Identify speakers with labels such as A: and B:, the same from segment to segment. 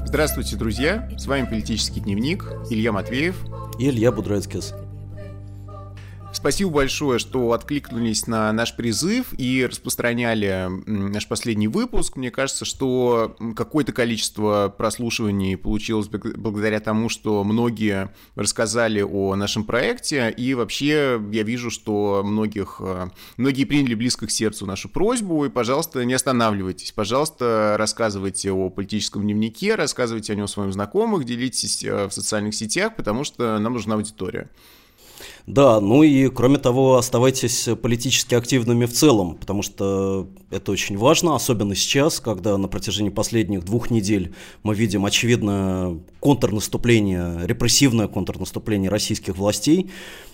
A: Здравствуйте, друзья! С вами «Политический дневник», Илья Матвеев
B: и Илья Будрецкис.
A: Спасибо большое, что откликнулись на наш призыв и распространяли наш последний выпуск. Мне кажется, что какое-то количество прослушиваний получилось благодаря тому, что многие рассказали о нашем проекте. И вообще я вижу, что многие приняли близко к сердцу нашу просьбу. И, пожалуйста, не останавливайтесь. Пожалуйста, рассказывайте о политическом дневнике, рассказывайте о нем своим знакомым, делитесь в социальных сетях, потому что нам нужна аудитория.
B: Да, ну и кроме того, оставайтесь политически активными в целом, потому что это очень важно, особенно сейчас, когда на протяжении последних 2 недель мы видим очевидное контрнаступление, репрессивное контрнаступление российских властей,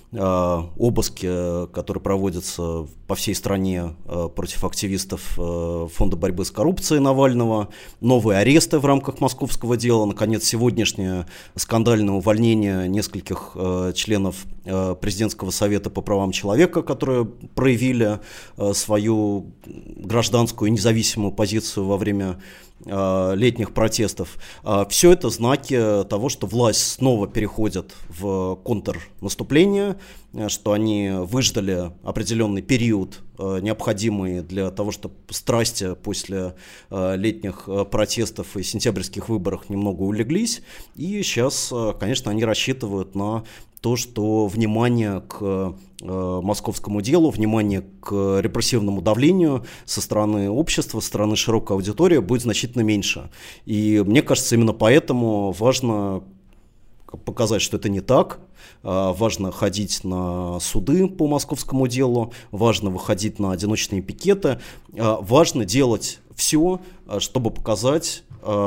B: обыски, которые проводятся по всей стране против активистов Фонда борьбы с коррупцией Навального, новые аресты в рамках московского дела, наконец, сегодняшнее скандальное увольнение нескольких членов Президентского совета по правам человека, которые проявили свою гражданскую и независимую позицию во время летних протестов. Все это знаки того, что власть снова переходит в контрнаступление, что они выждали определенный период, необходимый для того, чтобы страсти после летних протестов и сентябрьских выборов немного улеглись. И сейчас, конечно, они рассчитывают на то, что внимание к московскому делу, внимание к репрессивному давлению со стороны общества, со стороны широкой аудитории будет значительно меньше. И мне кажется, именно поэтому важно показать, что это не так. Важно ходить на суды по московскому делу, важно выходить на одиночные пикеты, важно делать все, чтобы показать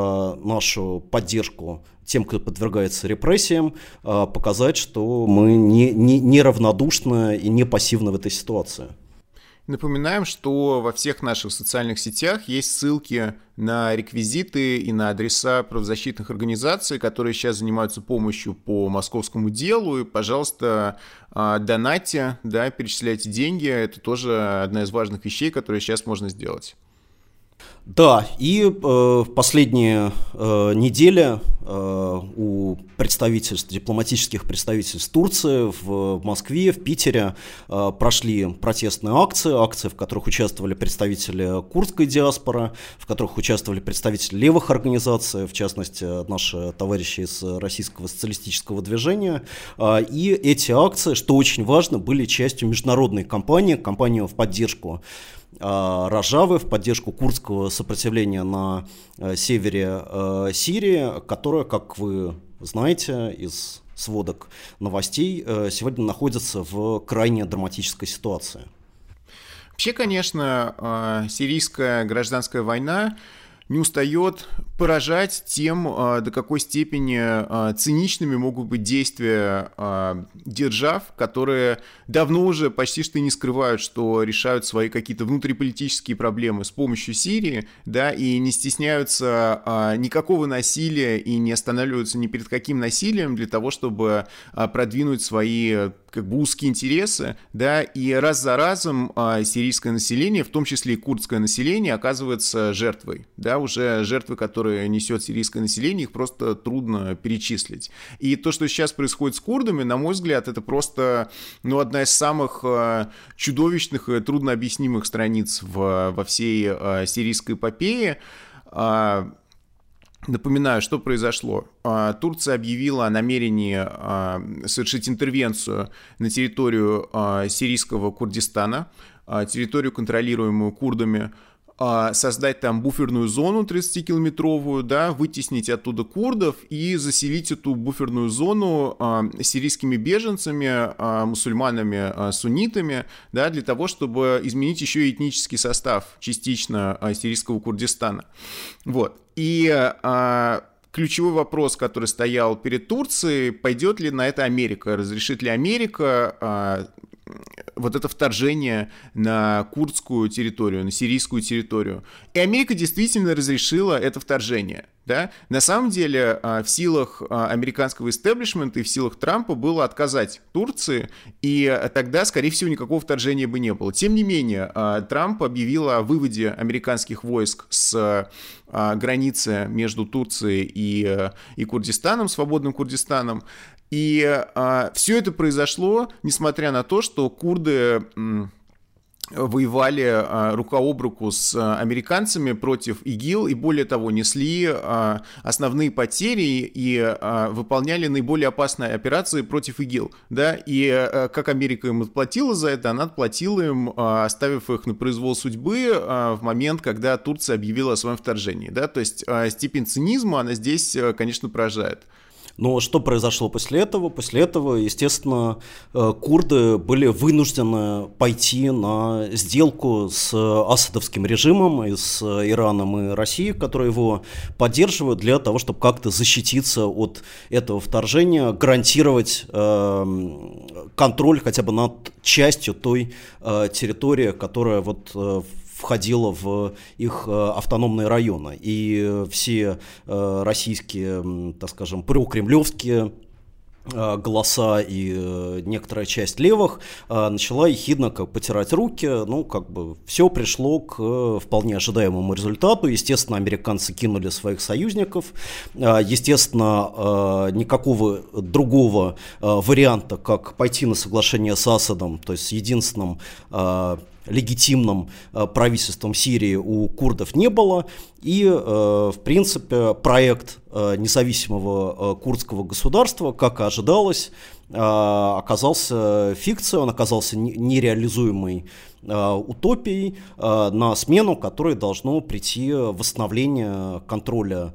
B: нашу поддержку тем, кто подвергается репрессиям, показать, что мы не равнодушны и не пассивны в этой ситуации.
A: Напоминаем, что во всех наших социальных сетях есть ссылки на реквизиты и на адреса правозащитных организаций, которые сейчас занимаются помощью по московскому делу. И, пожалуйста, донатьте, перечисляйте деньги. Это тоже одна из важных вещей, которые сейчас можно сделать.
B: Да, и последние недели у дипломатических представительств Турции в Москве, в Питере прошли протестные акции, в которых участвовали представители курдской диаспоры, в которых участвовали представители левых организаций, в частности, наши товарищи из Российского социалистического движения. И эти акции, что очень важно, были частью международной кампании в поддержку Рожавы, в поддержку курдского сопротивления на севере Сирии, которая, как вы знаете из сводок новостей, сегодня находится в крайне драматической ситуации.
A: Вообще, конечно, сирийская гражданская война не устает поражать тем, до какой степени циничными могут быть действия держав, которые давно уже почти что не скрывают, что решают свои какие-то внутриполитические проблемы с помощью Сирии, и не стесняются никакого насилия и не останавливаются ни перед каким насилием для того, чтобы продвинуть свои узкие интересы, и раз за разом сирийское население, в том числе и курдское население, оказывается жертвой, уже жертвы, которые несет сирийское население, их просто трудно перечислить. И то, что сейчас происходит с курдами, на мой взгляд, это просто одна из самых чудовищных и труднообъяснимых страниц во всей сирийской эпопее. Напоминаю, что произошло. Турция объявила о намерении совершить интервенцию на территорию сирийского Курдистана, территорию, контролируемую курдами, создать там буферную зону 30-километровую, вытеснить оттуда курдов и заселить эту буферную зону сирийскими беженцами, мусульманами, суннитами, для того, чтобы изменить еще и этнический состав частично сирийского Курдистана. И ключевой вопрос, который стоял перед Турцией: пойдет ли на это Америка, разрешит ли Америка это вторжение на курдскую территорию, на сирийскую территорию. И Америка действительно разрешила это вторжение. Да? На самом деле в силах американского истеблишмента и в силах Трампа было отказать Турции, и тогда, скорее всего, никакого вторжения бы не было. Тем не менее, Трамп объявил о выводе американских войск с границы между Турцией и Курдистаном, свободным Курдистаном. И все это произошло, несмотря на то, что курды воевали рука об руку с американцами против ИГИЛ и, более того, несли основные потери и выполняли наиболее опасные операции против ИГИЛ. Да? И как Америка им отплатила за это, она отплатила им, оставив их на произвол судьбы в момент, когда Турция объявила о своем вторжении. Да? То есть степень цинизма, она здесь, конечно, поражает.
B: Но что произошло после этого? После этого, естественно, курды были вынуждены пойти на сделку с асадовским режимом, и с Ираном и Россией, которые его поддерживают, для того, чтобы как-то защититься от этого вторжения, гарантировать контроль хотя бы над частью той территории, которая вот входила в их автономные районы. И все российские, так скажем, прокремлевские голоса и некоторая часть левых начала ехидно потирать руки. Ну, как бы все пришло к вполне ожидаемому результату. Естественно, американцы кинули своих союзников. Естественно, никакого другого варианта, как пойти на соглашение с Асадом, то есть с единственным легитимным правительством Сирии, у курдов не было. И, в принципе, проект независимого курдского государства, как и ожидалось, оказался фикцией, он оказался нереализуемой утопией, на смену которой должно прийти восстановление контроля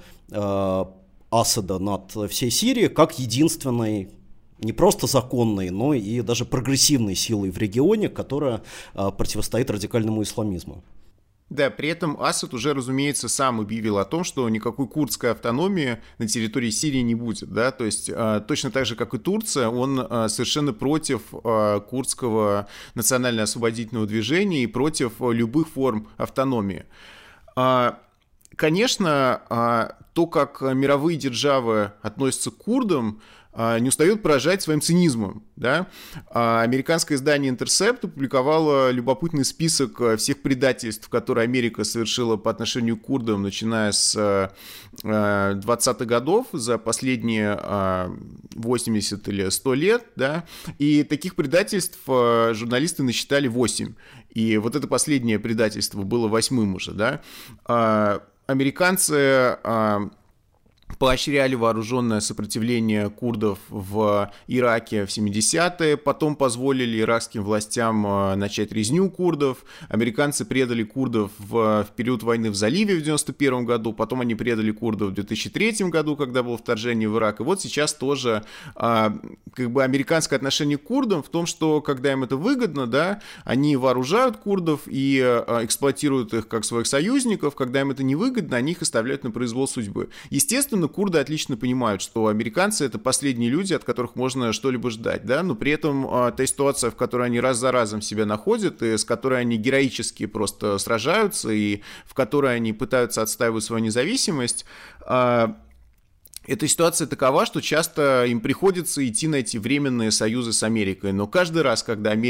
B: Асада над всей Сирией как единственной, не просто законной, но и даже прогрессивной силой в регионе, которая противостоит радикальному исламизму.
A: Да, при этом Асад уже, разумеется, сам объявил о том, что никакой курдской автономии на территории Сирии не будет. Да? То есть точно так же, как и Турция, он совершенно против курдского национально-освободительного движения и против любых форм автономии. Конечно, то, как мировые державы относятся к курдам, не устает поражать своим цинизмом. Да? Американское издание Intercept опубликовало любопытный список всех предательств, которые Америка совершила по отношению к курдам, начиная с 20-х годов, за последние 80 или 100 лет. Да? И таких предательств журналисты насчитали 8. И вот это последнее предательство было 8-м уже. Да? Американцы поощряли вооруженное сопротивление курдов в Ираке в 70-е, потом позволили иракским властям начать резню курдов. Американцы предали курдов в период войны в заливе в 91 году, потом они предали курдов в 2003 году, когда было вторжение в Ирак. И вот сейчас тоже как бы американское отношение к курдам в том, что когда им это выгодно, да, они вооружают курдов и эксплуатируют их как своих союзников, когда им это невыгодно, они их оставляют на произвол судьбы. Естественно, курды отлично понимают, что американцы — это последние люди, от которых можно что-либо ждать, да, но при этом та ситуация, в которой они раз за разом себя находят, и с которой они героически просто сражаются, и в которой они пытаются отстаивать свою независимость, эта ситуация такова, что часто им приходится идти на эти временные союзы с Америкой, но каждый раз, когда от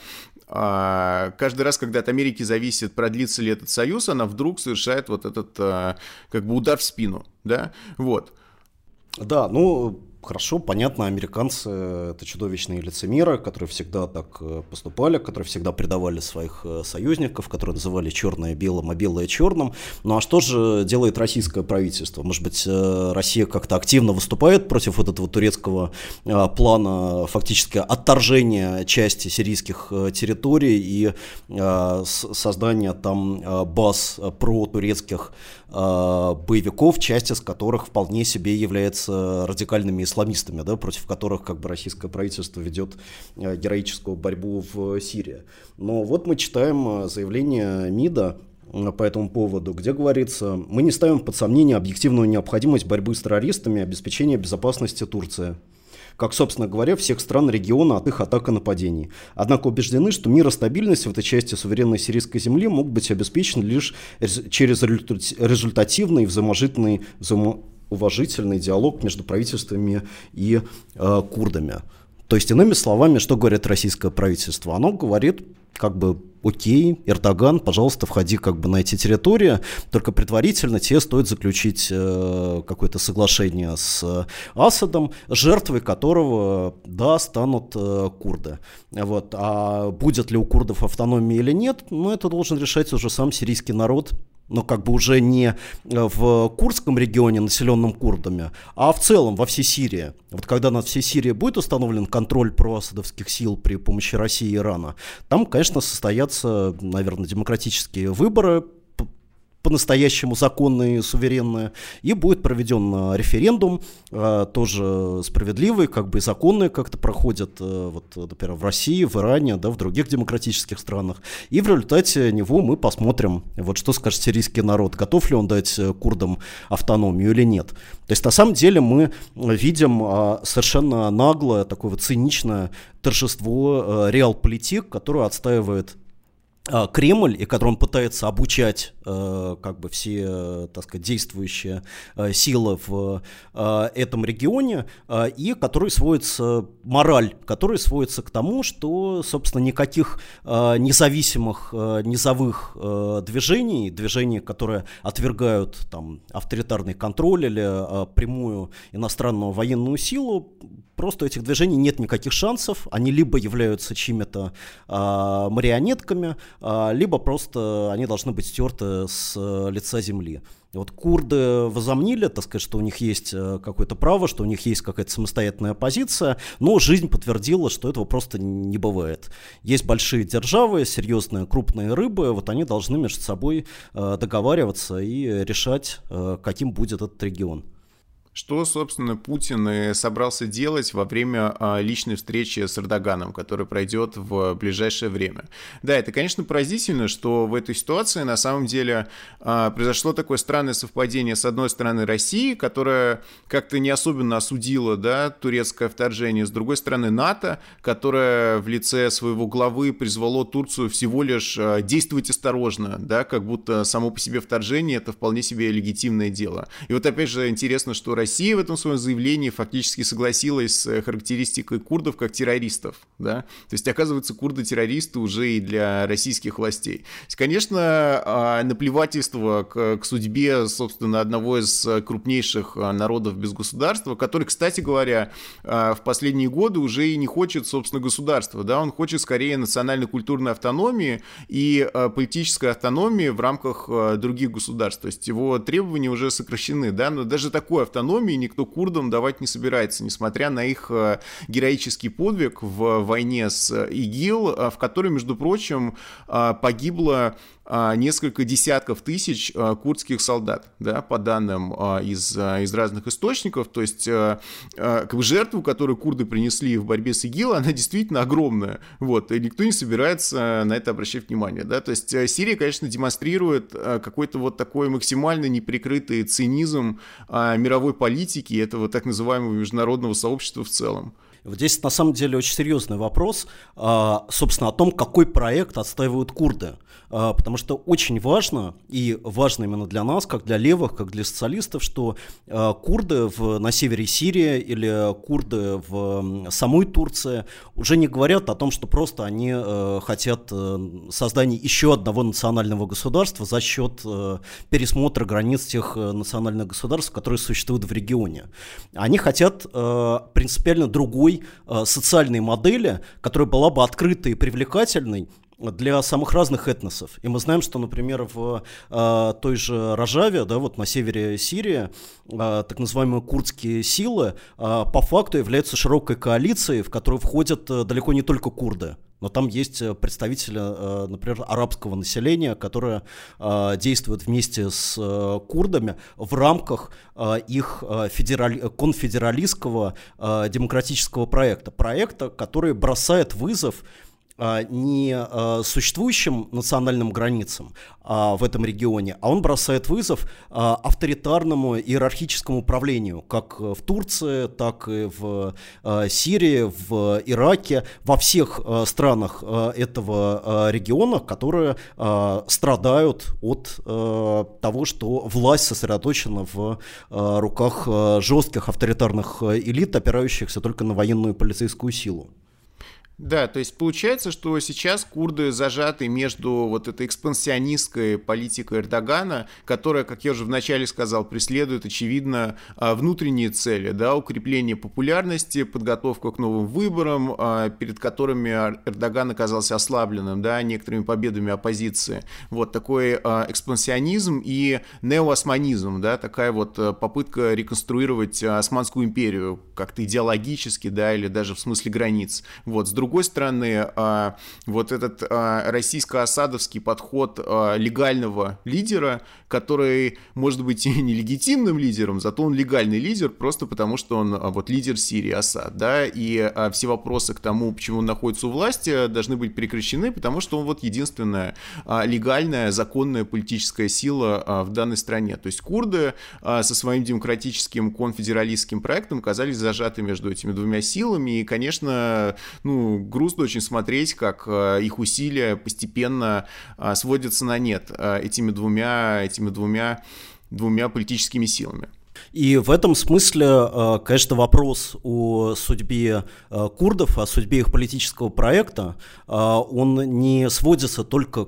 A: Америки зависит, продлится ли этот союз, она вдруг совершает вот этот как бы удар в спину, да, вот.
B: Да, ну, хорошо, понятно, американцы — это чудовищные лицемеры, которые всегда так поступали, которые всегда предавали своих союзников, которые называли черное белым, а белое черным. Ну а что же делает российское правительство? Может быть, Россия как-то активно выступает против вот этого турецкого плана фактически отторжения части сирийских территорий и создания там баз протурецких боевиков, часть из которых вполне себе является радикальными исламистами, да, против которых как бы российское правительство ведет героическую борьбу в Сирии. Но вот мы читаем заявление МИДа по этому поводу, где говорится: мы не ставим под сомнение объективную необходимость борьбы с террористами и обеспечения безопасности Турции. как, собственно говоря, всех стран региона от их атак и нападений. Однако убеждены, что мир и стабильность в этой части суверенной сирийской земли могут быть обеспечены лишь через результативный, взаиможительный, уважительный диалог между правительствами и курдами. То есть, иными словами, что говорит российское правительство? Оно говорит, окей, Эрдоган, пожалуйста, входи на эти территории, только предварительно тебе стоит заключить какое-то соглашение с Асадом, жертвой которого, да, станут курды. Вот. А будет ли у курдов автономия или нет, это должен решать уже сам сирийский народ. Но уже не в Курдском регионе, населенном курдами, а в целом во всей Сирии. Вот когда над всей Сирией будет установлен контроль проасадовских сил при помощи России и Ирана, там, конечно, состоятся, наверное, демократические выборы, по-настоящему законные, суверенные, и будет проведен референдум, тоже справедливый, и законный, как-то проходят, например, в России, в Иране, да, в других демократических странах, и в результате него мы посмотрим, что скажет сирийский народ, готов ли он дать курдам автономию или нет. То есть, на самом деле, мы видим совершенно наглое, такое циничное торжество реалполитик, которое отстаивает Кремль, и который он пытается обучать все, действующие силы в этом регионе, и который сводится, мораль, который сводится к тому, что, собственно, никаких независимых низовых движений, которые отвергают авторитарный контроль или прямую иностранную военную силу, просто у этих движений нет никаких шансов, они либо являются чьими-то марионетками, либо просто они должны быть стерты с лица земли. И курды возомнили, что у них есть какое-то право, что у них есть какая-то самостоятельная позиция, но жизнь подтвердила, что этого просто не бывает. Есть большие державы, серьезные крупные рыбы, они должны между собой договариваться и решать, каким будет этот регион.
A: Что, собственно, Путин и собрался делать во время личной встречи с Эрдоганом, которая пройдет в ближайшее время. Да, это, конечно, поразительно, что в этой ситуации на самом деле произошло такое странное совпадение. С одной стороны, России, которая как-то не особенно осудила, да, турецкое вторжение, с другой стороны, НАТО, которое в лице своего главы призвало Турцию всего лишь действовать осторожно, да, как будто само по себе вторжение — это вполне себе легитимное дело. И опять же интересно, что Россия в этом своем заявлении фактически согласилась с характеристикой курдов как террористов, да, то есть, оказывается, курды-террористы уже и для российских властей. То есть, конечно, наплевательство к судьбе, собственно, одного из крупнейших народов без государства, который, кстати говоря, в последние годы уже и не хочет, собственно, государства, да, он хочет скорее национально-культурной автономии и политической автономии в рамках других государств, то есть его требования уже сокращены, да, но даже такой автономии никто курдам давать не собирается, несмотря на их героический подвиг в войне с ИГИЛ, в которой, между прочим, погибло несколько десятков тысяч курдских солдат, да, по данным из разных источников. То есть жертву, которую курды принесли в борьбе с ИГИЛ, она действительно огромная, и никто не собирается на это обращать внимание, да? То есть Сирия, конечно, демонстрирует какой-то такой максимально неприкрытый цинизм мировой политики и этого так называемого международного сообщества в целом.
B: Здесь на самом деле очень серьезный вопрос, собственно, о том, какой проект отстаивают курды. Потому что очень важно, и важно именно для нас, как для левых, как для социалистов, что курды на севере Сирии или курды в самой Турции уже не говорят о том, что просто они хотят создания еще одного национального государства за счет пересмотра границ тех национальных государств, которые существуют в регионе. Они хотят принципиально другой социальной модели, которая была бы открытой и привлекательной для самых разных этносов. И мы знаем, что, например, в той же Рожаве, да, на севере Сирии, так называемые курдские силы по факту являются широкой коалицией, в которую входят далеко не только курды. Но там есть представители, например, арабского населения, которое действует вместе с курдами в рамках их конфедералистского демократического проекта, который бросает вызов не существующим национальным границам в этом регионе, а он бросает вызов авторитарному иерархическому правлению, как в Турции, так и в Сирии, в Ираке, во всех странах этого региона, которые страдают от того, что власть сосредоточена в руках жестких авторитарных элит, опирающихся только на военную и полицейскую силу.
A: Да, то есть получается, что сейчас курды зажаты между вот этой экспансионистской политикой Эрдогана, которая, как я уже вначале сказал, преследует, очевидно, внутренние цели, да, укрепление популярности, подготовку к новым выборам, перед которыми Эрдоган оказался ослабленным, да, некоторыми победами оппозиции. Вот такой экспансионизм и неоосманизм, да, такая вот попытка реконструировать Османскую империю как-то идеологически, да, или даже в смысле границ. Вот, с другой стороны, вот этот российско-асадовский подход легального лидера, который может быть и нелегитимным лидером, зато он легальный лидер просто потому, что он вот лидер Сирии, Асад, да, и все вопросы к тому, почему он находится у власти, должны быть прекращены, потому что он вот единственная легальная, законная политическая сила в данной стране. То есть курды со своим демократическим конфедералистским проектом оказались зажаты между этими двумя силами, и, конечно, грустно очень смотреть, как их усилия постепенно сводятся на нет этими двумя политическими силами.
B: И в этом смысле, конечно, вопрос о судьбе курдов, о судьбе их политического проекта, он не сводится только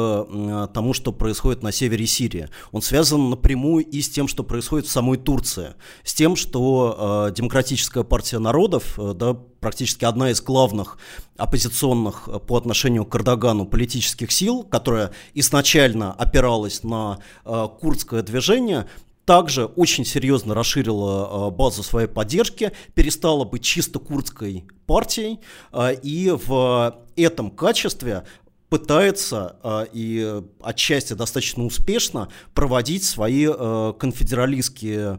B: к тому, что происходит на севере Сирии. Он связан напрямую и с тем, что происходит в самой Турции, с тем, что Демократическая партия народов, да, практически одна из главных оппозиционных по отношению к Эрдогану политических сил, которая изначально опиралась на курдское движение, также очень серьезно расширила базу своей поддержки, перестала быть чисто курдской партией, и в этом качестве пытается и отчасти достаточно успешно проводить свои конфедералистские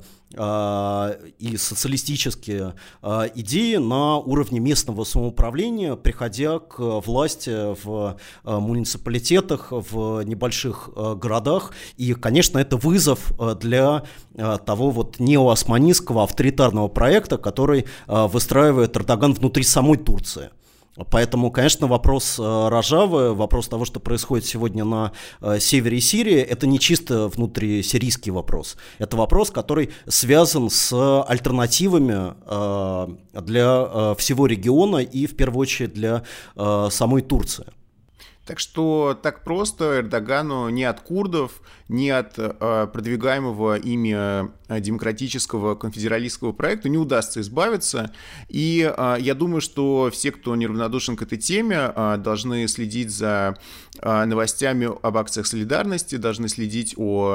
B: и социалистические идеи на уровне местного самоуправления, приходя к власти в муниципалитетах, в небольших городах. И, конечно, это вызов для того вот неоосманистского авторитарного проекта, который выстраивает Эрдоган внутри самой Турции. Поэтому, конечно, вопрос Рожавы, вопрос того, что происходит сегодня на севере Сирии, это не чисто внутрисирийский вопрос. Это вопрос, который связан с альтернативами для всего региона и, в первую очередь, для самой Турции.
A: Так что так просто Эрдогану ни от курдов, ни от продвигаемого ими демократического конфедералистского проекта не удастся избавиться. И я думаю, что все, кто неравнодушен к этой теме, должны следить за новостями об акциях солидарности, должны следить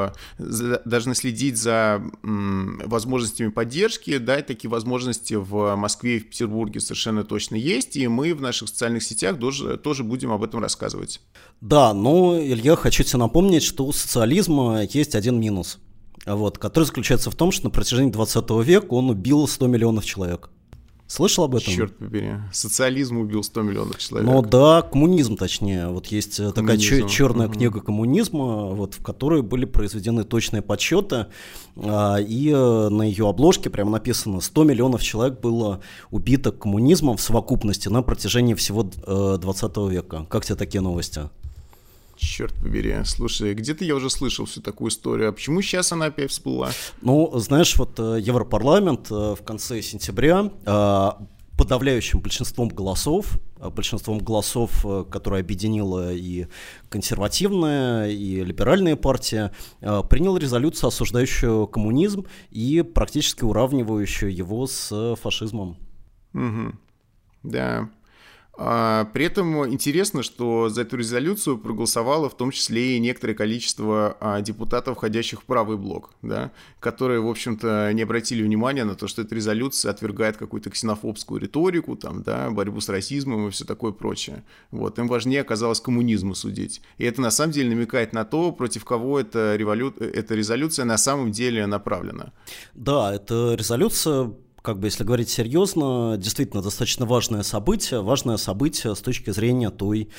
A: за возможностями поддержки. Да, и такие возможности в Москве и в Петербурге совершенно точно есть. И мы в наших социальных сетях тоже будем об этом рассказывать.
B: Да, но, Илья, хочу тебе напомнить, что у социализма есть один минус, который заключается в том, что на протяжении 20 века он убил 100 миллионов человек. Слышал об этом?
A: Черт побери, социализм убил 100 миллионов человек.
B: Ну да, коммунизм точнее. Вот есть такая черная книга коммунизма, в которой были произведены точные подсчеты, и на ее обложке прямо написано: 100 миллионов человек было убито коммунизмом в совокупности на протяжении всего 20 века. Как тебе такие новости?
A: Черт побери, слушай, где-то я уже слышал всю такую историю, а почему сейчас она опять всплыла?
B: Ну, знаешь, Европарламент в конце сентября подавляющим большинством голосов, которое объединило и консервативная, и либеральная партия, принял резолюцию, осуждающую коммунизм и практически уравнивающую его с фашизмом.
A: Угу. Да. При этом интересно, что за эту резолюцию проголосовало в том числе и некоторое количество депутатов, входящих в правый блок, да, которые, в общем-то, не обратили внимания на то, что эта резолюция отвергает какую-то ксенофобскую риторику, там, да, борьбу с расизмом и все такое прочее. Им важнее оказалось коммунизму судить. И это на самом деле намекает на то, против кого эта резолюция на самом деле направлена.
B: Да, эта резолюция, если говорить серьезно, действительно достаточно важное событие с точки зрения той,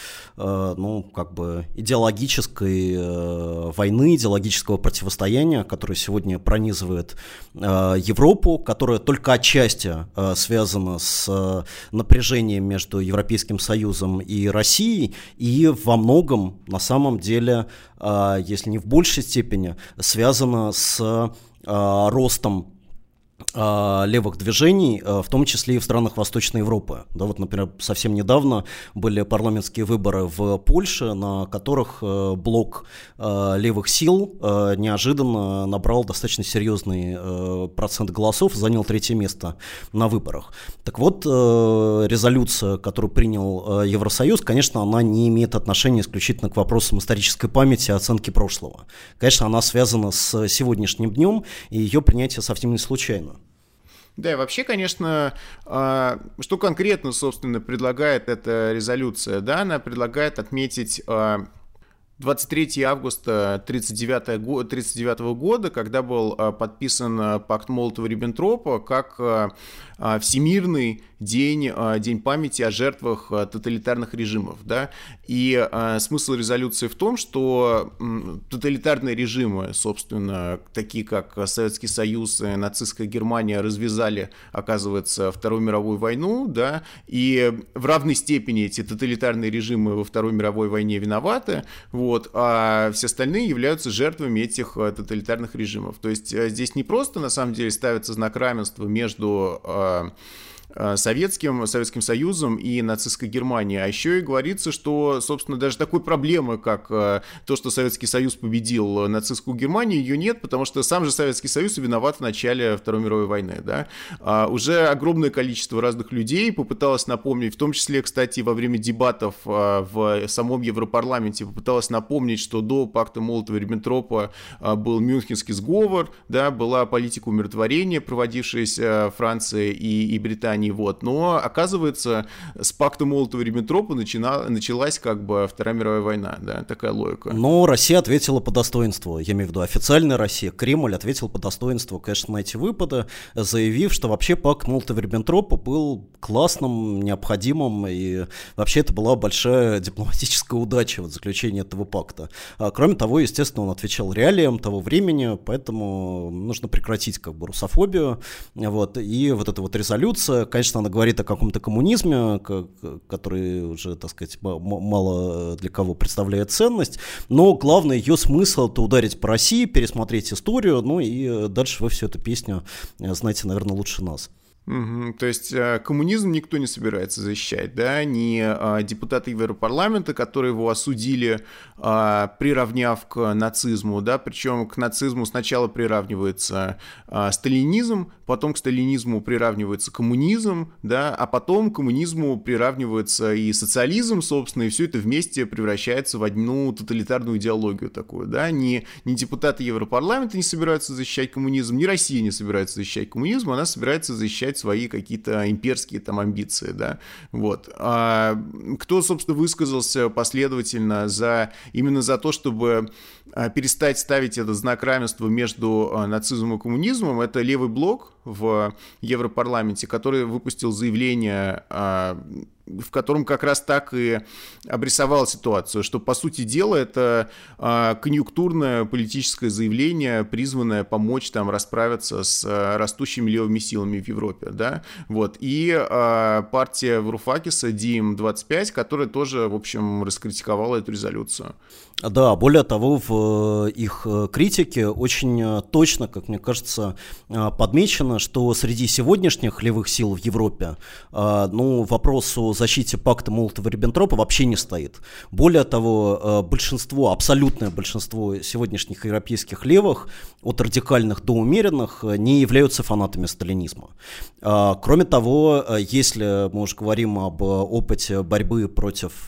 B: идеологической войны, идеологического противостояния, которое сегодня пронизывает Европу, которое только отчасти связано с напряжением между Европейским Союзом и Россией, и во многом, на самом деле, если не в большей степени, связано с ростом левых движений, в том числе и в странах Восточной Европы. Да, вот, например, совсем недавно были парламентские выборы в Польше, на которых блок левых сил неожиданно набрал достаточно серьезный процент голосов и занял 3-е место на выборах. Так вот, резолюция, которую принял Евросоюз, конечно, она не имеет отношения исключительно к вопросам исторической памяти и оценки прошлого. Конечно, она связана с сегодняшним днем, и ее принятие совсем не случайно.
A: Да, и вообще, конечно, что конкретно, собственно, предлагает эта резолюция? Да, она предлагает отметить 23 августа 1939 года, когда был подписан пакт Молотова-Риббентропа, как Всемирный день памяти о жертвах тоталитарных режимов. Да? И смысл резолюции в том, что тоталитарные режимы, собственно, такие как Советский Союз и нацистская Германия, развязали, оказывается, Вторую мировую войну, да? И в равной степени эти тоталитарные режимы во Второй мировой войне виноваты, вот, а все остальные являются жертвами этих тоталитарных режимов. То есть здесь не просто, на самом деле, ставится знак равенства между Советским Союзом и нацистской Германией, а еще и говорится, что, собственно, даже такой проблемы, как то, что Советский Союз победил нацистскую Германию, ее нет, потому что сам же Советский Союз виноват в начале Второй мировой войны, да. Уже огромное количество разных людей попыталось напомнить, в том числе, кстати, во время дебатов в самом Европарламенте попыталось напомнить, что до пакта Молотова-Риббентропа был Мюнхенский сговор, да, была политика умиротворения, проводившаяся Францией и Британией. Вот. Но, оказывается, с пакта Молотова-Риббентропа началась как бы Вторая мировая война, да, такая логика.
B: Но Россия ответила по достоинству, я имею в виду официальная Россия, Кремль ответил по достоинству, конечно, на эти выпады, заявив, что вообще пакт Молотова-Риббентропа был классным, необходимым, и вообще это была большая дипломатическая удача, вот, заключение этого пакта. Кроме того, естественно, он отвечал реалиям того времени, поэтому нужно прекратить как бы русофобию, вот, и вот эта вот резолюция, конечно, она говорит о каком-то коммунизме, который уже, так сказать, мало для кого представляет ценность, но главный ее смысл — это ударить по России, пересмотреть историю, ну и дальше вы всю эту песню знаете, наверное, лучше нас.
A: То есть коммунизм никто не собирается защищать, да, ни депутаты Европарламента, которые его осудили, приравняв к нацизму, да, причем к нацизму сначала приравнивается сталинизм, потом к сталинизму приравнивается коммунизм, да, а потом к коммунизму приравнивается и социализм, собственно, и все это вместе превращается в одну тоталитарную идеологию такую, да, ни депутаты Европарламента не собираются защищать коммунизм, ни Россия не собирается защищать коммунизм, она собирается защищать свои какие-то имперские там амбиции, да, вот. Кто, собственно, высказался последовательно именно за то, чтобы перестать ставить этот знак равенства между нацизмом и коммунизмом, это левый блок в Европарламенте, который выпустил заявление, в котором как раз так и обрисовал ситуацию, что, по сути дела, это конъюнктурное политическое заявление, призванное помочь там расправиться с растущими левыми силами в Европе, да, вот, и партия Варуфакиса ДиМ-25, которая тоже, в общем, раскритиковала эту резолюцию.
B: Да, более того, в их критике очень точно, как мне кажется, подмечено, что среди сегодняшних левых сил в Европе, вопрос о защите пакта Молотова-Риббентропа вообще не стоит. Более того, абсолютное большинство сегодняшних европейских левых, от радикальных до умеренных, не являются фанатами сталинизма. Кроме того, если мы уже говорим об опыте борьбы против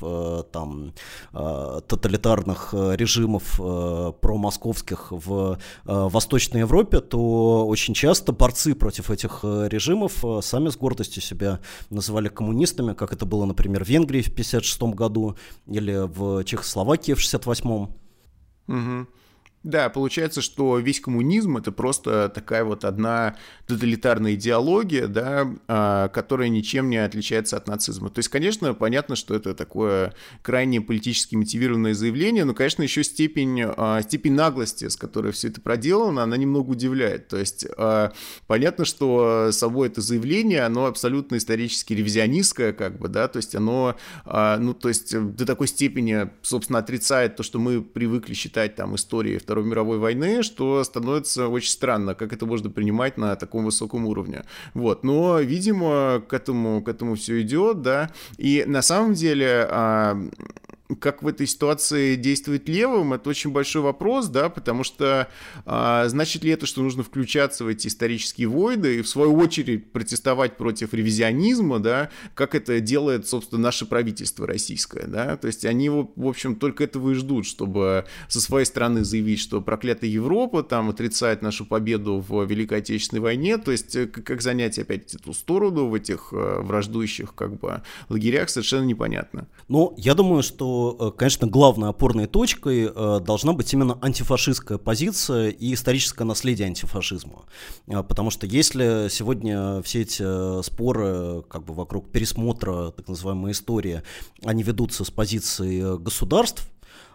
B: тоталитарных режимов промосковских в Восточной Европе, то очень часто борцы против этих режимов сами с гордостью себя называли коммунистами, как это было, например, в Венгрии в 1956 году или в Чехословакии в 1968.
A: Да, получается, что весь коммунизм — это просто такая вот одна тоталитарная идеология, да, которая ничем не отличается от нацизма. То есть, конечно, понятно, что это такое крайне политически мотивированное заявление, но, конечно, еще степень наглости, с которой все это проделано, она немного удивляет. То есть, понятно, что само это заявление, оно абсолютно исторически ревизионистское, как бы, да, то есть оно, то есть до такой степени, собственно, отрицает то, что мы привыкли считать там историей Второй мировой войны, что становится очень странно, как это можно принимать на таком высоком уровне. Вот. Но, видимо, к этому все идет, да. И на самом деле, как в этой ситуации действовать левым, это очень большой вопрос, да, потому что значит ли это, что нужно включаться в эти исторические войны и, в свою очередь, протестовать против ревизионизма, да, как это делает, собственно, наше правительство российское, да, то есть они, в общем, только этого и ждут, чтобы со своей стороны заявить, что проклятая Европа там отрицает нашу победу в Великой Отечественной войне, то есть как занять опять эту сторону в этих враждующих, как бы, лагерях, совершенно непонятно.
B: Ну, я думаю, что, конечно, главной опорной точкой должна быть именно антифашистская позиция и историческое наследие антифашизма. Потому что если сегодня все эти споры как бы вокруг пересмотра так называемой истории, они ведутся с позиции государств,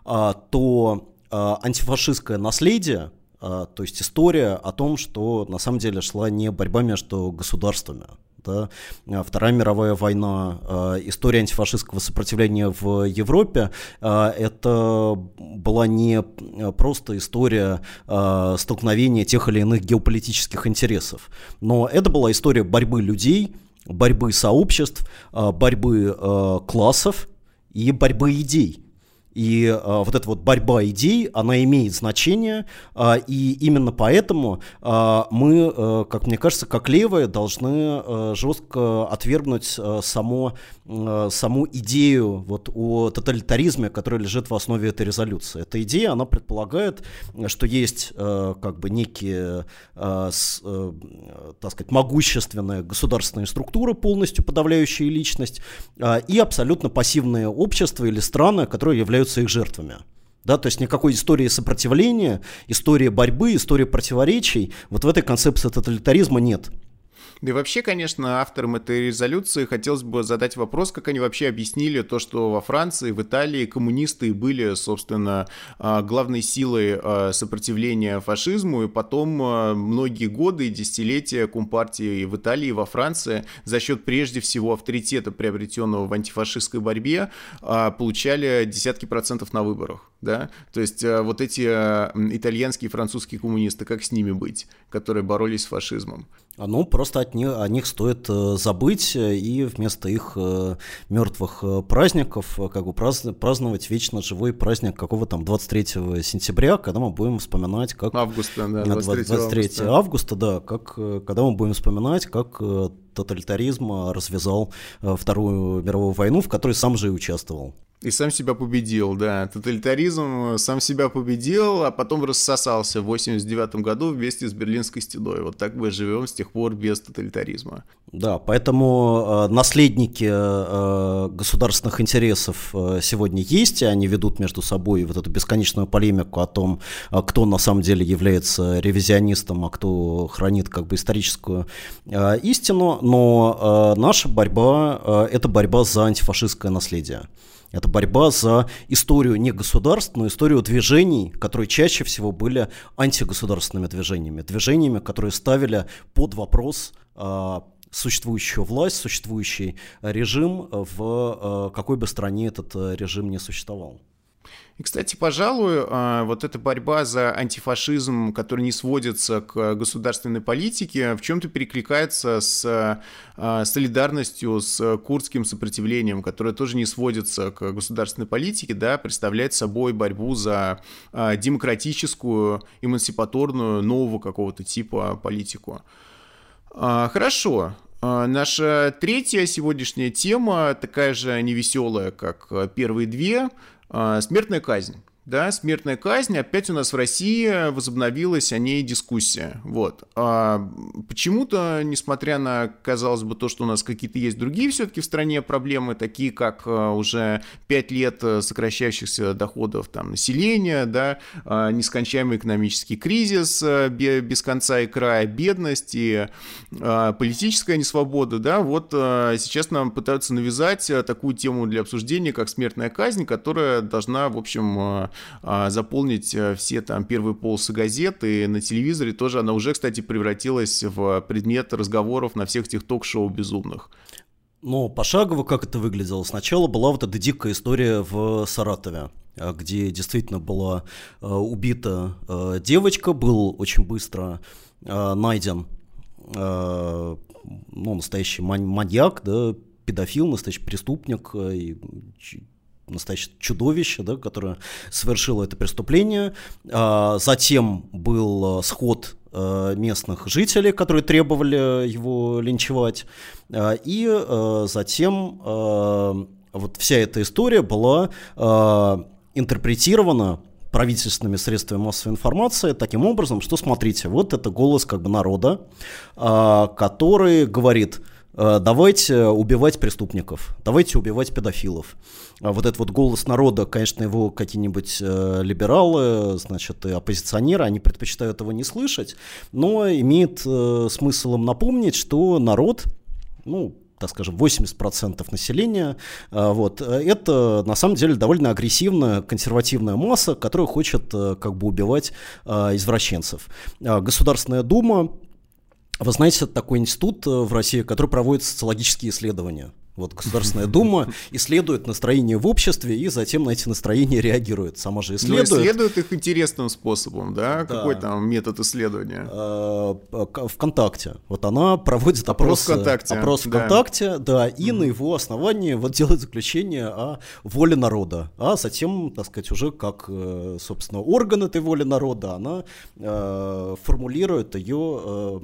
B: то антифашистское наследие, то есть история о том, что на самом деле шла не борьба между государствами. Да? Вторая мировая война, история антифашистского сопротивления в Европе, это была не просто история столкновения тех или иных геополитических интересов, но это была история борьбы людей, борьбы сообществ, борьбы классов и борьбы идей. И вот эта вот борьба идей, она имеет значение, и именно поэтому мы, как мне кажется, как левые, должны жестко отвергнуть саму идею вот о тоталитаризме, которая лежит в основе этой резолюции. Эта идея, она предполагает, что есть как бы некие, так сказать, могущественные государственные структуры, полностью подавляющие личность, и абсолютно пассивные общества или страны, которые являются их жертвами. Да, то есть никакой истории сопротивления, истории борьбы, истории противоречий вот в этой концепции тоталитаризма нет.
A: Да и вообще, конечно, авторам этой резолюции хотелось бы задать вопрос, как они вообще объяснили то, что во Франции, в Италии коммунисты были, собственно, главной силой сопротивления фашизму, и потом многие годы и десятилетия Компартии в Италии и во Франции за счет прежде всего авторитета, приобретенного в антифашистской борьбе, получали десятки процентов на выборах. Да? То есть вот эти итальянские и французские коммунисты, как с ними быть, которые боролись с фашизмом?
B: Ну, просто о них стоит забыть и вместо их мертвых праздников как бы праздновать вечно живой праздник какого там 23 сентября, когда мы будем вспоминать, как...
A: Августа, да, 23
B: августа, да, когда мы будем вспоминать, как тоталитаризм развязал Вторую мировую войну, в которой сам же и участвовал.
A: И сам себя победил, да. Тоталитаризм сам себя победил, а потом рассосался в 1989 году вместе с Берлинской стеной. Вот так мы живем с тех пор без тоталитаризма.
B: Да, поэтому наследники государственных интересов сегодня есть, и они ведут между собой вот эту бесконечную полемику о том, кто на самом деле является ревизионистом, а кто хранит как бы историческую истину. Но наша борьба – это борьба за антифашистское наследие. Это борьба за историю не государств, но историю движений, которые чаще всего были антигосударственными движениями, которые ставили под вопрос существующую власть, существующий режим, в какой бы стране этот режим не существовал.
A: И, кстати, пожалуй, вот эта борьба за антифашизм, которая не сводится к государственной политике, в чем-то перекликается с солидарностью с курдским сопротивлением, которое тоже не сводится к государственной политике, да, представляет собой борьбу за демократическую, эмансипаторную, нового какого-то типа политику. Хорошо. Наша третья сегодняшняя тема такая же невеселая, как первые две. Смертная казнь. да, смертная казнь, опять у нас в России возобновилась о ней дискуссия. Вот. А почему-то, несмотря на, казалось бы, то, что у нас какие-то есть другие все-таки в стране проблемы, такие как уже 5 лет сокращающихся доходов там, населения, да, нескончаемый экономический кризис без конца и края, бедность и политическая несвобода, да, вот сейчас нам пытаются навязать такую тему для обсуждения, как смертная казнь, которая должна, в общем, заполнить все там первые полосы газет, и на телевизоре тоже она уже, кстати, превратилась в предмет разговоров на всех этих ток-шоу безумных.
B: Но пошагово как это выглядело? Сначала была вот эта дикая история в Саратове, где действительно была убита девочка, был очень быстро найден настоящий маньяк, да, педофил, настоящий преступник и настоящее чудовище, да, которое совершило это преступление. Затем был сход местных жителей, которые требовали его линчевать. И затем вот вся эта история была интерпретирована правительственными средствами массовой информации таким образом, что, смотрите, вот это голос как бы народа, который говорит: давайте убивать преступников, давайте убивать педофилов. Вот этот вот голос народа, конечно, его какие-нибудь либералы, значит, и оппозиционеры, они предпочитают его не слышать, но имеет смысл им напомнить, что народ, так скажем, 80% населения, вот, это на самом деле довольно агрессивная консервативная масса, которая хочет как бы убивать извращенцев. Государственная Дума, вы знаете, это такой институт в России, который проводит социологические исследования. Вот Государственная Дума исследует настроение в обществе и затем на эти настроения реагирует. Сама же исследует.
A: Но исследует их интересным способом, да? Какой там метод исследования?
B: ВКонтакте. Вот она проводит опрос ВКонтакте, да, и на его основании вот делает заключение о воле народа. А затем, так сказать, уже как, собственно, орган этой воли народа, она формулирует ее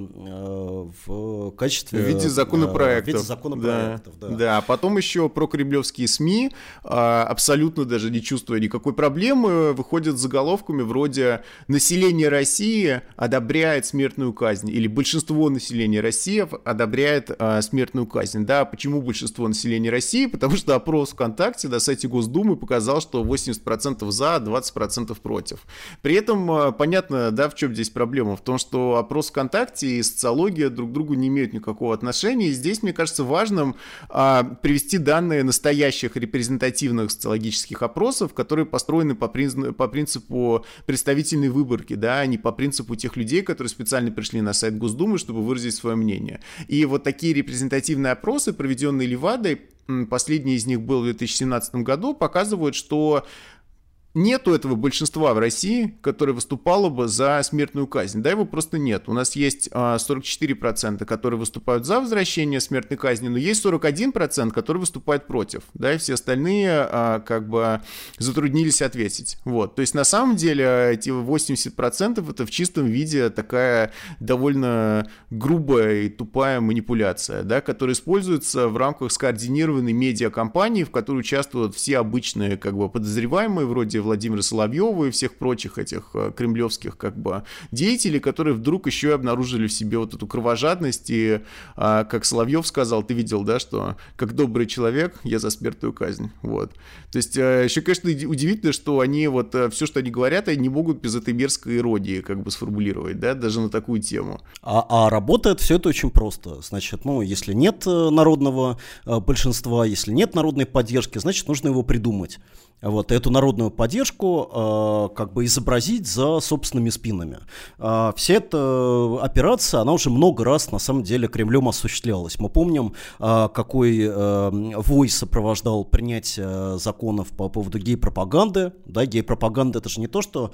B: в качестве...
A: В виде законопроектов.
B: В виде законопроектов, да.
A: Да, а потом еще прокремлевские СМИ, абсолютно даже не чувствуя никакой проблемы, выходят с заголовками вроде «Население России одобряет смертную казнь» или «Большинство населения России одобряет смертную казнь». Да, почему большинство населения России? Потому что опрос ВКонтакте на сайте Госдумы показал, что 80% за, 20% против. При этом понятно, да, в чем здесь проблема? В том, что опрос ВКонтакте и социология друг к другу не имеют никакого отношения. И здесь, мне кажется, важным привести данные настоящих репрезентативных социологических опросов, которые построены по принципу представительной выборки, да, а не по принципу тех людей, которые специально пришли на сайт Госдумы, чтобы выразить свое мнение. И вот такие репрезентативные опросы, проведенные Левадой, последний из них был в 2017 году, показывают, что нету этого большинства в России, которое выступало бы за смертную казнь. Да, его просто нет. У нас есть 44%, которые выступают за возвращение смертной казни, но есть 41%, которые выступают против. Да, и все остальные как бы затруднились ответить. Вот. То есть на самом деле эти 80% это в чистом виде такая довольно грубая и тупая манипуляция, да, которая используется в рамках скоординированной медиакампании, в которой участвуют все обычные как бы подозреваемые, вроде Владимира Соловьева и всех прочих этих кремлевских как бы деятелей, которые вдруг еще и обнаружили в себе вот эту кровожадность и, как Соловьев сказал, ты видел, да, что как добрый человек я за смертную казнь, вот. То есть еще, конечно, удивительно, что они вот все, что они говорят, они не могут без этой мерзкой иронии как бы сформулировать, да, даже на такую тему.
B: А работает все это очень просто. Значит, если нет народного большинства, если нет народной поддержки, значит, нужно его придумать. Вот, эту народную поддержку как бы изобразить за собственными спинами. Вся эта операция, она уже много раз на самом деле Кремлем осуществлялась. Мы помним, какой вой сопровождал принятие законов по поводу гей-пропаганды. Да, гей-пропаганда — это же не то, что,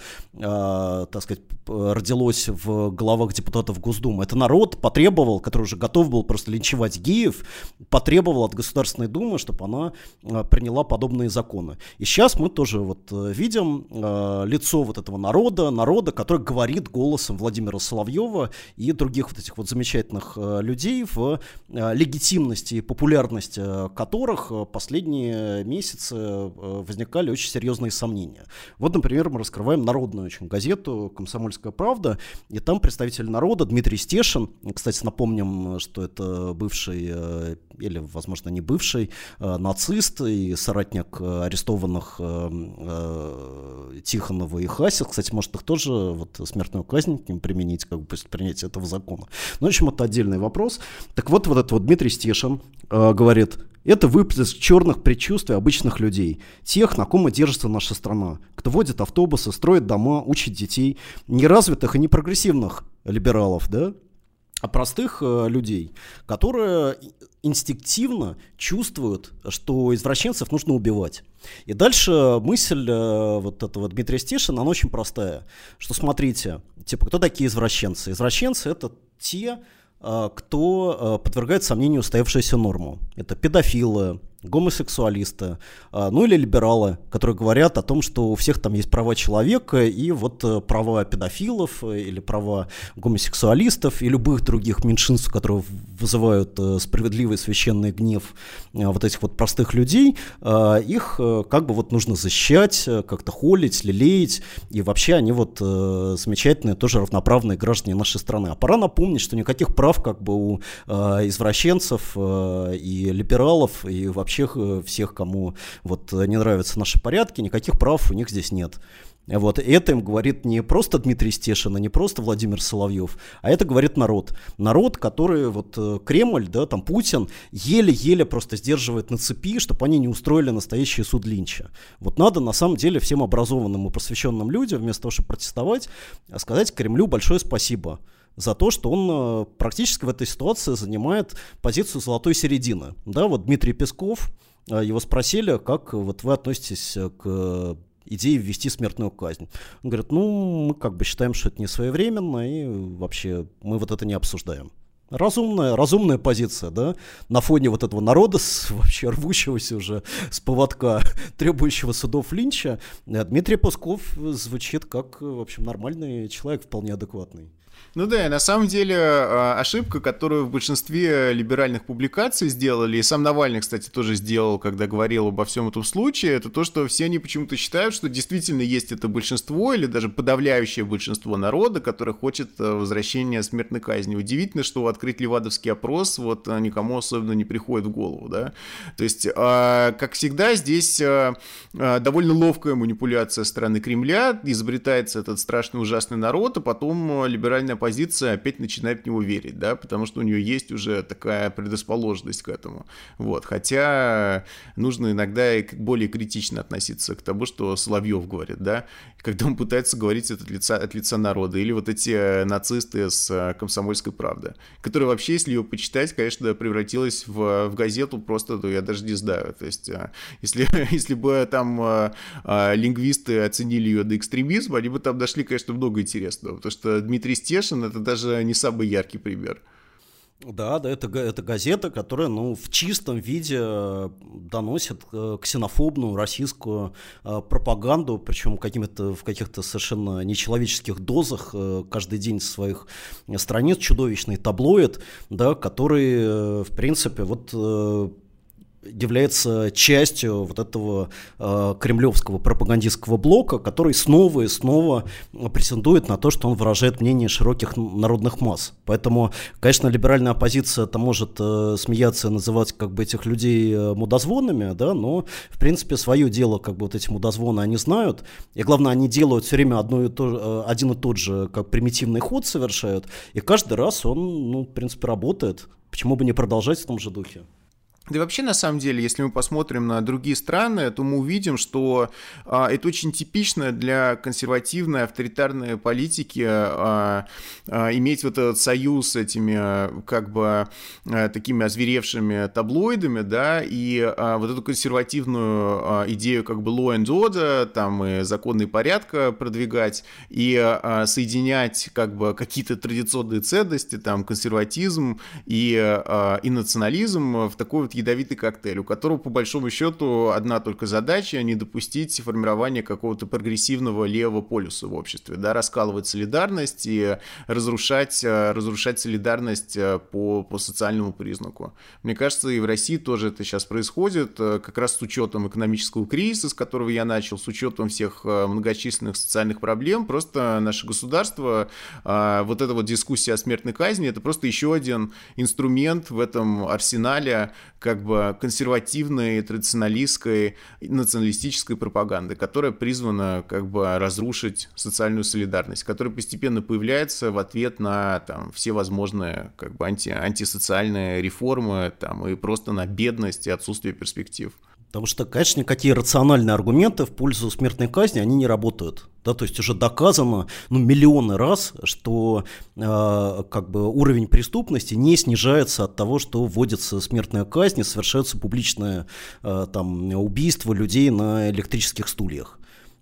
B: так сказать, родилось в головах депутатов Госдумы. Это народ потребовал, который уже готов был просто линчевать геев, потребовал от Государственной Думы, чтобы она приняла подобные законы. И сейчас мы тоже вот видим лицо вот этого народа, который говорит голосом Владимира Соловьева и других вот этих вот замечательных людей, в легитимности и популярности которых последние месяцы возникали очень серьезные сомнения. Вот, например, мы раскрываем народную очень газету «Комсомольская правда», и там представитель народа Дмитрий Стешин, кстати, напомним, что это бывший, или, возможно, не бывший, нацист и соратник арестованных Тихонова и Хасис. Кстати, может, их тоже вот смертную казнь к ним применить, как бы после принятия этого закона. Но, в общем, это отдельный вопрос. Так вот, вот этот вот Дмитрий Стешин говорит: это выплеск черных предчувствий обычных людей, тех, на ком и держится наша страна, кто водит автобусы, строит дома, учит детей, неразвитых и непрогрессивных либералов, да, а простых людей, которые инстинктивно чувствуют, что извращенцев нужно убивать. И дальше мысль вот этого Дмитрия Стешина, она очень простая, что смотрите, типа, кто такие извращенцы? Извращенцы — это те, кто подвергает сомнению устоявшуюся норму. Это педофилы, гомосексуалисты, ну или либералы, которые говорят о том, что у всех там есть права человека, и вот права педофилов или права гомосексуалистов и любых других меньшинств, которые вызывают справедливый священный гнев вот этих вот простых людей, их как бы вот нужно защищать, как-то холить, лелеять, и вообще они вот замечательные, тоже равноправные граждане нашей страны. А пора напомнить, что никаких прав как бы у извращенцев и либералов, и вообще всех, кому вот не нравятся наши порядки, никаких прав у них здесь нет. Вот. И это им говорит не просто Дмитрий Стешин, не просто Владимир Соловьев, а это говорит народ. Народ, который вот Кремль, да, там Путин еле-еле просто сдерживает на цепи, чтобы они не устроили настоящий суд Линча. Вот надо на самом деле всем образованным и просвещенным людям, вместо того, чтобы протестовать, сказать Кремлю большое спасибо за то, что он практически в этой ситуации занимает позицию золотой середины. Да, вот Дмитрий Песков, его спросили, как вот вы относитесь к идее ввести смертную казнь. Он говорит, ну, мы как бы считаем, что это не своевременно, и вообще мы вот это не обсуждаем. Разумная позиция, да, на фоне вот этого народа, вообще рвущегося уже с поводка, требующего судов Линча, Дмитрий Песков звучит как, в общем, нормальный человек, вполне адекватный.
A: Ну да, и на самом деле ошибка, которую в большинстве либеральных публикаций сделали, и сам Навальный, кстати, тоже сделал, когда говорил обо всем этом случае, это то, что все они почему-то считают, что действительно есть это большинство, или даже подавляющее большинство народа, которое хочет возвращения смертной казни. Удивительно, что открыть левадовский опрос вот никому особенно не приходит в голову, да. То есть, как всегда, здесь довольно ловкая манипуляция со стороны Кремля, изобретается этот страшный ужасный народ, а потом либеральная оппозиция опять начинает в него верить, да, потому что у нее есть уже такая предрасположенность к этому. Вот. Хотя нужно иногда и более критично относиться к тому, что Соловьев говорит, да, когда он пытается говорить это от лица народа, или вот эти нацисты с «Комсомольской правды», которая вообще, если ее почитать, конечно, превратилась в газету просто, то я даже не знаю. То есть, если бы там лингвисты оценили ее до экстремизма, они бы там нашли, конечно, много интересного, потому что Дмитрий Стешин — это даже не самый яркий пример.
B: Да, это газета, которая, ну, в чистом виде доносит ксенофобную российскую пропаганду, причем в каких-то совершенно нечеловеческих дозах, каждый день со своих страниц, чудовищный таблоид, да, который, в принципе, вот является частью вот этого кремлевского пропагандистского блока, который снова и снова претендует на то, что он выражает мнение широких народных масс. Поэтому, конечно, либеральная оппозиция-то может смеяться и называть как бы этих людей мудозвонами, да, но, в принципе, свое дело, как бы вот эти мудозвоны, они знают, и, главное, они делают все время один и тот же, как примитивный ход совершают, и каждый раз он, ну, в принципе, работает. Почему бы не продолжать в том же духе?
A: Да и вообще, на самом деле, если мы посмотрим на другие страны, то мы увидим, что это очень типично для консервативной, авторитарной политики иметь вот этот союз с этими, как бы, такими озверевшими таблоидами, да, и вот эту консервативную идею, как бы, law and order, там, и законный порядка продвигать, и соединять, как бы, какие-то традиционные ценности, там, консерватизм и национализм в такой вот ядовитый коктейль, у которого, по большому счету, одна только задача — не допустить формирования какого-то прогрессивного левого полюса в обществе, да, раскалывать солидарность и разрушать солидарность по социальному признаку. Мне кажется, и в России тоже это сейчас происходит, как раз с учетом экономического кризиса, с которого я начал, с учетом всех многочисленных социальных проблем. Просто наше государство, вот эта вот дискуссия о смертной казни — это просто еще один инструмент в этом арсенале как бы консервативной, традиционалистской, националистической пропаганды, которая призвана как бы разрушить социальную солидарность, которая постепенно появляется в ответ на там все возможные как бы антисоциальные реформы там, и просто на бедность и отсутствие перспектив.
B: Потому что, конечно, никакие рациональные аргументы в пользу смертной казни, они не работают. Да, то есть уже доказано миллионы раз, что как бы уровень преступности не снижается от того, что вводится смертная казнь, совершаются публичные убийства людей на электрических стульях.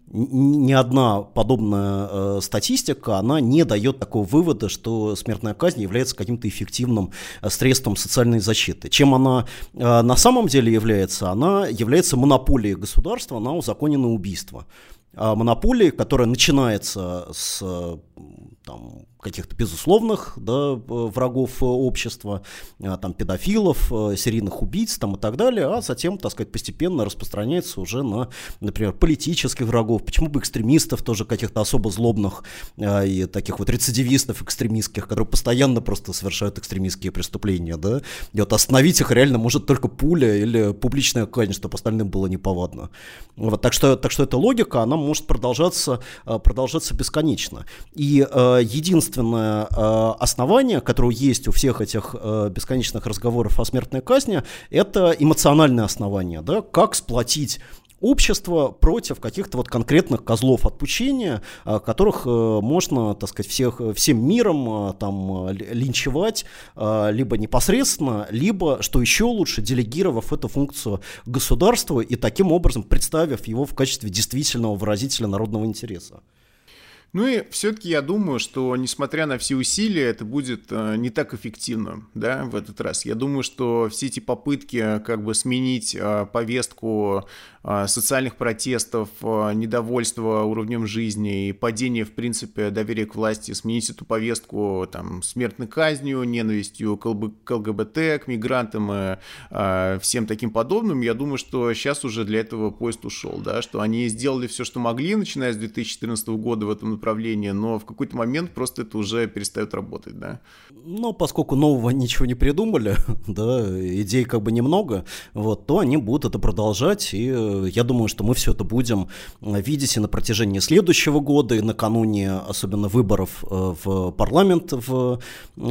B: Ни одна подобная статистика, она не дает такого вывода, что смертная казнь является каким-то эффективным средством социальной защиты. Чем она на самом деле является? Она является монополией государства на узаконенное убийство. Монополии, которая начинается с каких-то безусловных, да, врагов общества, педофилов, серийных убийц и так далее, а затем, так сказать, постепенно распространяется уже на, например, политических врагов, почему бы экстремистов, тоже каких-то особо злобных и таких вот рецидивистов экстремистских, которые постоянно просто совершают экстремистские преступления, да, и вот остановить их реально может только пуля или публичная казнь, чтобы остальным было неповадно. Вот, так что эта логика, она может продолжаться бесконечно. И единственное основание, которое есть у всех этих бесконечных разговоров о смертной казни, это эмоциональное основание, да, как сплотить общество против каких-то вот конкретных козлов отпущения, которых можно, так сказать, всем миром линчевать либо непосредственно, либо, что еще лучше, делегировав эту функцию государству и таким образом представив его в качестве действительного выразителя народного интереса.
A: Ну и все-таки я думаю, что, несмотря на все усилия, это будет не так эффективно, да, в этот раз. Я думаю, что все эти попытки как бы сменить повестку социальных протестов, недовольства уровнем жизни и падения, в принципе, доверия к власти, сменить эту повестку смертной казнью, ненавистью к ЛГБТ, к мигрантам и всем таким подобным, я думаю, что сейчас уже для этого поезд ушел, да, что они сделали все, что могли, начиная с 2014 года в этом направлении, но в какой-то момент просто это уже перестает работать, да.
B: Но поскольку нового ничего не придумали, да, идей как бы немного, вот, то они будут это продолжать, и я думаю, что мы все это будем видеть и на протяжении следующего года, и накануне, особенно выборов в парламент в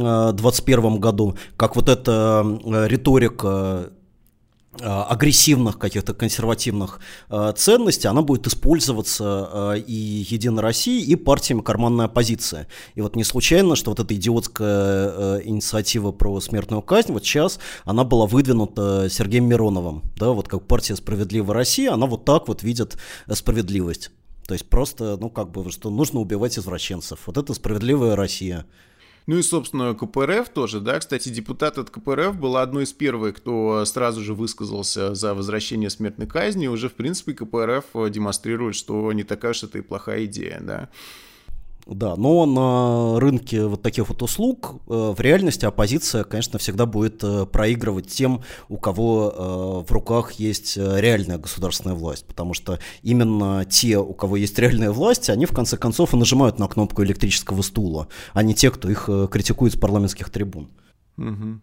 B: 2021 году, как вот эта риторика агрессивных каких-то консервативных ценностей, она будет использоваться и Единой Россией, и партиями карманной оппозиции. И вот не случайно, что вот эта идиотская инициатива про смертную казнь, вот сейчас она была выдвинута Сергеем Мироновым, да, вот как партия «Справедливая Россия», она вот так вот видит справедливость. То есть просто, что нужно убивать извращенцев. Вот это «Справедливая Россия».
A: Ну и, собственно, КПРФ тоже, да, кстати, депутат от КПРФ была одной из первых, кто сразу же высказался за возвращение смертной казни, уже, в принципе, КПРФ демонстрирует, что не такая уж это и плохая идея, да.
B: Да, но на рынке вот таких вот услуг в реальности оппозиция, конечно, всегда будет проигрывать тем, у кого в руках есть реальная государственная власть, потому что именно те, у кого есть реальная власть, они в конце концов и нажимают на кнопку электрического стула, а не те, кто их критикует с парламентских трибун.
A: Угу.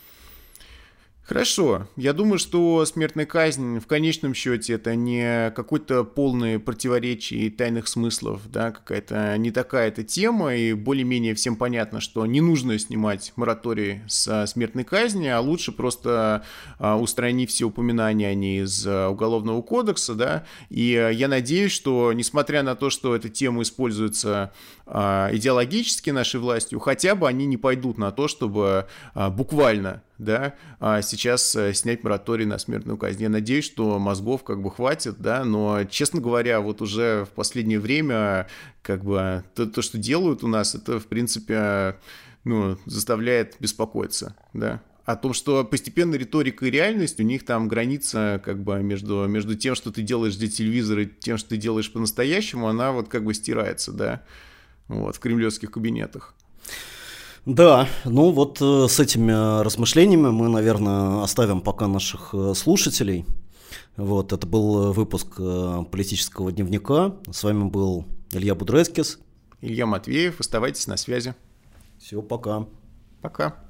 A: Хорошо. Я думаю, что смертная казнь в конечном счете это не какое-то полное противоречие тайных смыслов, да, какая-то не такая-то тема, и более-менее всем понятно, что не нужно снимать мораторий со смертной казни, а лучше просто устранить все упоминания о ней из Уголовного кодекса, да, и я надеюсь, что, несмотря на то, что эта тема используется идеологически нашей властью, хотя бы они не пойдут на то, чтобы буквально, да, сейчас снять мораторий на смертную казнь. Я надеюсь, что мозгов как бы хватит, да, но, честно говоря, вот уже в последнее время как бы то, что делают у нас, это, в принципе, заставляет беспокоиться, да. о том, что постепенно риторика и реальность, у них там граница как бы между тем, что ты делаешь для телевизора, и тем, что ты делаешь по-настоящему, она вот как бы стирается, да, вот, в кремлевских кабинетах.
B: Да, ну вот с этими размышлениями мы, наверное, оставим пока наших слушателей. Вот, это был выпуск «Политического дневника». С вами был Илья Будрецкис.
A: Илья Матвеев. Оставайтесь на связи.
B: Все, пока.
A: Пока.